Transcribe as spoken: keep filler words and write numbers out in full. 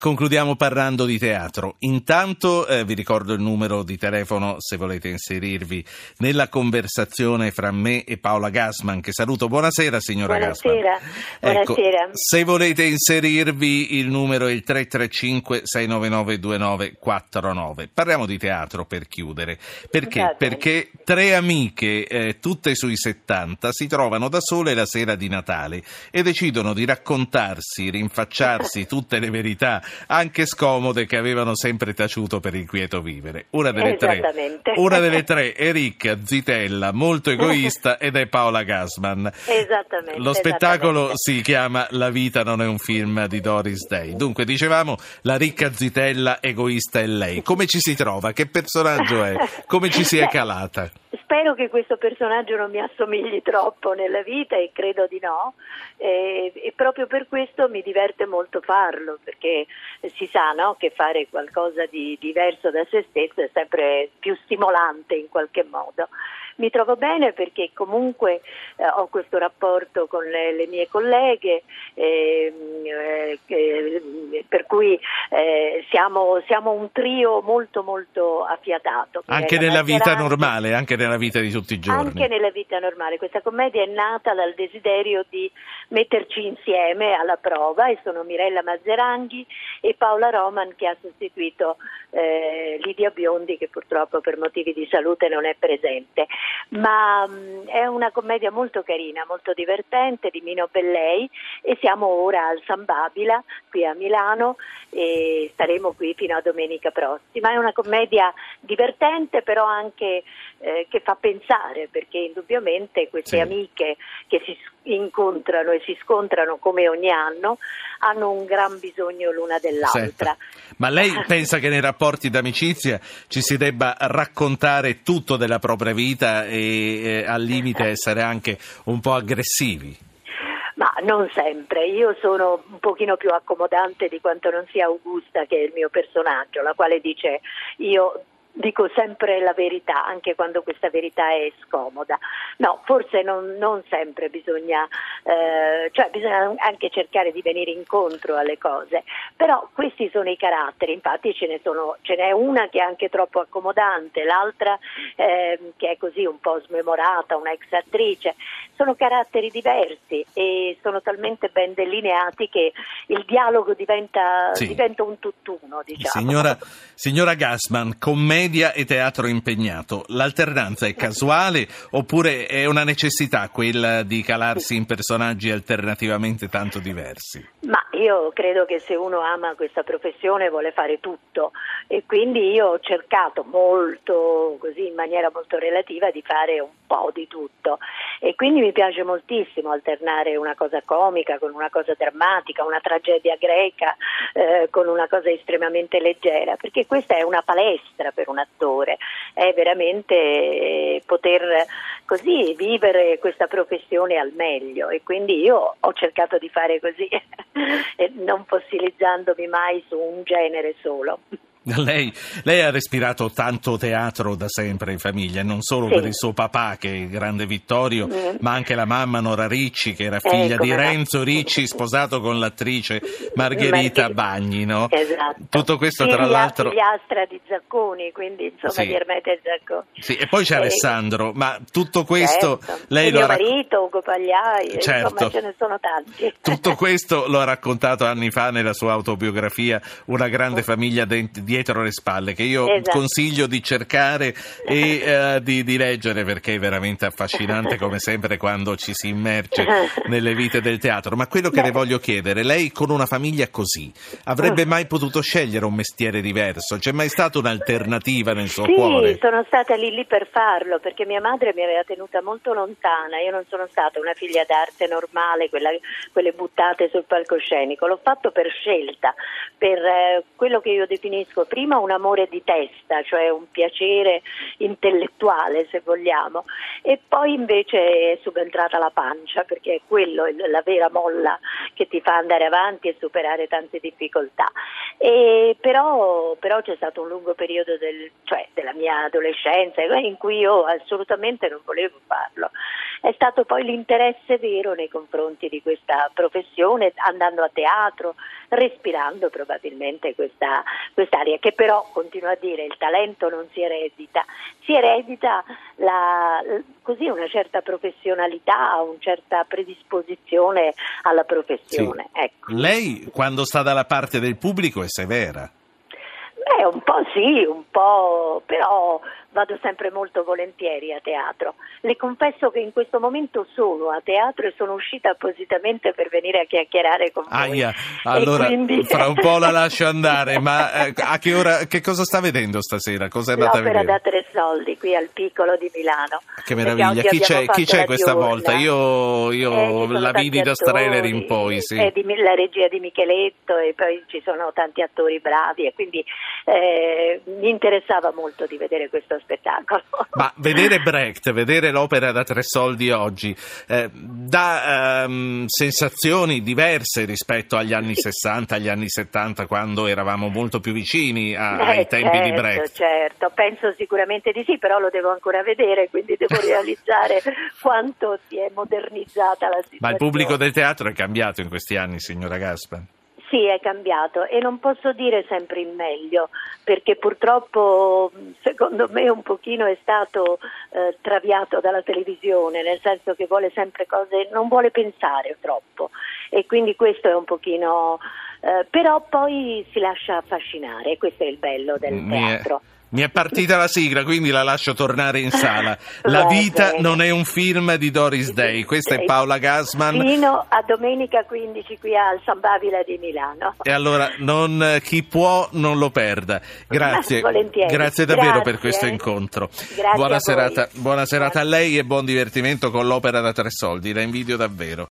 Concludiamo parlando di teatro. Intanto eh, vi ricordo il numero di telefono se volete inserirvi nella conversazione fra me e Paola Gassman, che saluto. Buonasera signora Buonasera. Gassman. Ecco, Buonasera. se volete inserirvi il numero è il tre tre cinque sei nove nove due nove quattro nove. Parliamo di teatro per chiudere. Perché? Esatto. Perché tre amiche, eh, tutte sui settanta, si trovano da sole la sera di Natale e decidono di raccontarsi, rinfacciarsi tutte le verità anche scomode che avevano sempre taciuto per il quieto vivere. Una delle tre, una delle tre è ricca, zitella, molto egoista ed è Paola Gassman. Esattamente. Lo spettacolo esattamente. si chiama La vita non è un film di Doris Day. Dunque, dicevamo, la ricca zitella, egoista è lei. Come ci si trova? Che personaggio è? Come ci si è calata? Spero che questo personaggio non mi assomigli troppo nella vita e credo di no, e, e proprio per questo mi diverte molto farlo, perché si sa, no, che fare qualcosa di diverso da se stesso è sempre più stimolante in qualche modo. Mi trovo bene perché comunque eh, ho questo rapporto con le, le mie colleghe, eh, eh, per cui eh, siamo, siamo un trio molto molto affiatato. Anche nella vita normale, anche nella vita di tutti i giorni. Anche nella vita normale. Questa commedia è nata dal desiderio di metterci insieme alla prova, e sono Mirella Mazzeranghi e Paola Roman, che ha sostituito eh, Lidia Biondi, che purtroppo per motivi di salute non è presente. Ma mh, è una commedia molto carina, molto divertente, di Mino Bellei, e siamo ora al San Babila qui a Milano e staremo qui fino a domenica prossima. È una commedia divertente, però anche eh, che fa pensare, perché indubbiamente queste sì. amiche che si incontrano e si scontrano come ogni anno hanno un gran bisogno l'una dell'altra. Senta, ma lei pensa che nei rapporti d'amicizia ci si debba raccontare tutto della propria vita e eh, al limite essere anche un po' aggressivi? Ma non sempre, io sono un pochino più accomodante di quanto non sia Augusta, che è il mio personaggio, la quale dice io dico sempre la verità, anche quando questa verità è scomoda. No, forse non, non sempre bisogna, eh, cioè bisogna anche cercare di venire incontro alle cose, però questi sono i caratteri, infatti ce ne sono, ce n'è una che è anche troppo accomodante, l'altra eh, che è così un po' smemorata, una ex attrice. Sono caratteri diversi e sono talmente ben delineati che il dialogo diventa, sì. diventa un tutt'uno, diciamo. Signora, signora Gassman, commedia e teatro impegnato, l'alternanza è casuale oppure è una necessità quella di calarsi in personaggi alternativamente tanto diversi? Ma io credo che se uno ama questa professione vuole fare tutto, e quindi io ho cercato molto, così in maniera molto relativa, di fare un po' di tutto, e quindi mi piace moltissimo alternare una cosa comica con una cosa drammatica, una tragedia greca eh, con una cosa estremamente leggera, perché questa è una palestra per un attore, è veramente eh, poter così vivere questa professione al meglio, e quindi io ho cercato di fare così e non fossilizzandomi mai su un genere solo. Lei, lei ha respirato tanto teatro da sempre in famiglia, non solo sì. per il suo papà, che è il grande Vittorio, mm. ma anche la mamma Nora Ricci, che era figlia eh, di Renzo no. Ricci, sposato con l'attrice Margherita Margher- Bagni, no? Esatto. Tutto questo figlia, tra l'altro... figliastra di Zacconi, quindi insomma sì. di Ermete Zacconi. Sì, e poi c'è eh, Alessandro, ma tutto questo certo. lei il lo mio ha rac- marito, Ugo Pagliai, certo. insomma ce ne sono tanti. Tutto questo lo ha raccontato anni fa nella sua autobiografia Una grande famiglia dent- dietro le spalle, che io esatto. consiglio di cercare e uh, di, di leggere, perché è veramente affascinante come sempre quando ci si immerge nelle vite del teatro. Ma quello che Beh. le voglio chiedere, lei con una famiglia così avrebbe mai potuto scegliere un mestiere diverso? C'è mai stata un'alternativa nel suo sì, cuore? Sì, sono stata lì lì per farlo, perché mia madre mi aveva tenuta molto lontana, io non sono stata una figlia d'arte normale, quella, quelle buttate sul palcoscenico, l'ho fatto per scelta, per eh, quello che io definisco prima un amore di testa, cioè un piacere intellettuale se vogliamo, e poi invece è subentrata la pancia, perché è quello la vera molla che ti fa andare avanti e superare tante difficoltà. E però, però c'è stato un lungo periodo del, cioè della mia adolescenza in cui io assolutamente non volevo farlo, è stato poi l'interesse vero nei confronti di questa professione, andando a teatro, respirando probabilmente questa quest'aria, che però, continuo a dire, il talento non si eredita, si eredita la, così una certa professionalità, una certa predisposizione alla professione. Sì. Ecco. Lei, quando sta dalla parte del pubblico, è severa? Beh, un po' sì, un po', però vado sempre molto volentieri a teatro. Le confesso che in questo momto sono a teatro e sono uscita appositamente per venire a chiacchierare con voi. Aia, allora quindi... fra un po' la lascio andare, ma eh, a che ora, che cosa sta vedendo stasera? Cosa è andata L'opera a vedere? da tre soldi qui al Piccolo di Milano. Che meraviglia, chi c'è, chi c'è questa diurna. volta? Io, io eh, la vidi da Strehler in poi, sì. È di, la regia di Micheletto e poi ci sono tanti attori bravi e quindi eh, mi interessava molto di vedere questo spettacolo. Ma vedere Brecht, vedere l'opera da tre soldi oggi, eh, dà ehm, sensazioni diverse rispetto agli anni sessanta, agli anni settanta, quando eravamo molto più vicini a, eh, ai tempi certo, di Brecht. Certo, penso sicuramente di sì, però lo devo ancora vedere, quindi devo realizzare quanto si è modernizzata la situazione. Ma il pubblico del teatro è cambiato in questi anni, signora Gassman? Sì, è cambiato e non posso dire sempre in meglio, perché purtroppo secondo me un pochino è stato eh, traviato dalla televisione, nel senso che vuole sempre cose, non vuole pensare troppo e quindi questo è un pochino, eh, però poi si lascia affascinare, questo è il bello del Mi è... teatro. Mi è partita la sigla, quindi la lascio tornare in sala. La vita non è un film di Doris Day. Questa è Paola Gassman. Fino a domenica quindici qui al San Babila di Milano. E allora non, chi può non lo perda. Grazie. Volentieri. Grazie davvero Grazie. per questo incontro. Grazie buona a serata, voi. buona serata a lei e buon divertimento con l'opera da tre soldi. La invidio davvero.